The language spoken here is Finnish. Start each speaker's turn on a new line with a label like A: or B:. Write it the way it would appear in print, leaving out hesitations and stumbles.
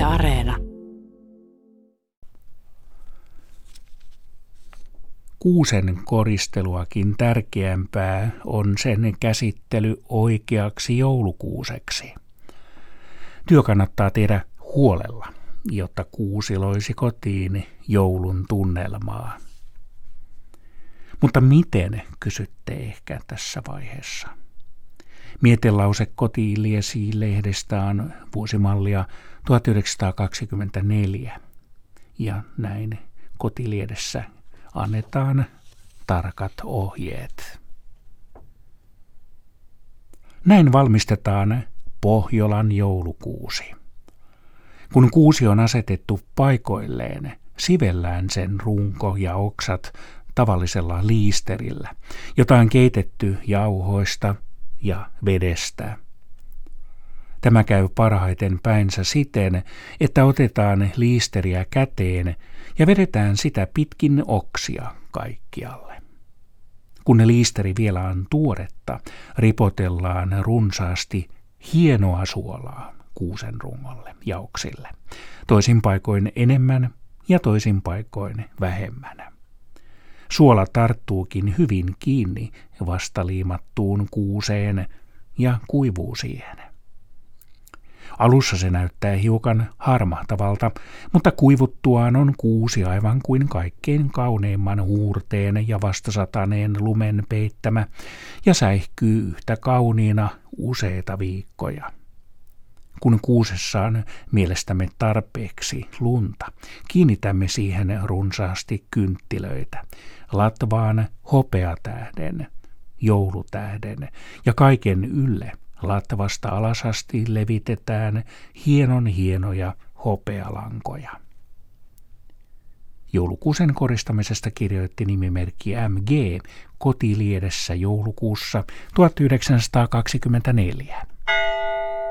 A: Areena.
B: Kuusen koristeluakin tärkeämpää on sen käsittely oikeaksi joulukuuseksi. Työ kannattaa tehdä huolella, jotta kuusi loisi kotiin joulun tunnelmaa. Mutta miten, kysytte ehkä tässä vaiheessa. Mietelause Koti-Liesi-lehdestä on vuosimallia 1924 ja näin Kotiliedessä annetaan tarkat ohjeet. Näin valmistetaan Pohjolan joulukuusi. Kun kuusi on asetettu paikoilleen, sivellään sen runko ja oksat tavallisella liisterillä, jota on keitetty jauhoista ja vedestä. Tämä käy parhaiten päinsä siten, että otetaan liisteriä käteen ja vedetään sitä pitkin oksia kaikkialle. Kun liisteri vielä on tuoretta, ripotellaan runsaasti hienoa suolaa kuusen rungolle ja oksille, toisin paikoin enemmän ja toisin paikoin vähemmän. Suola tarttuukin hyvin kiinni vastaliimattuun kuuseen ja kuivuu siihen. Alussa se näyttää hiukan harmahtavalta, mutta kuivuttuaan on kuusi aivan kuin kaikkein kauneimman huurteen ja vastasataneen lumen peittämä ja säihkyy yhtä kauniina useita viikkoja. Kun kuusessa on mielestämme tarpeeksi lunta, kiinnitämme siihen runsaasti kynttilöitä, latvaan hopeatähden, joulutähden ja kaiken ylle latvasta alas asti levitetään hienoja hopealankoja. Joulukuusen koristamisesta kirjoitti nimimerkki MG Kotiliedessä joulukuussa 1924.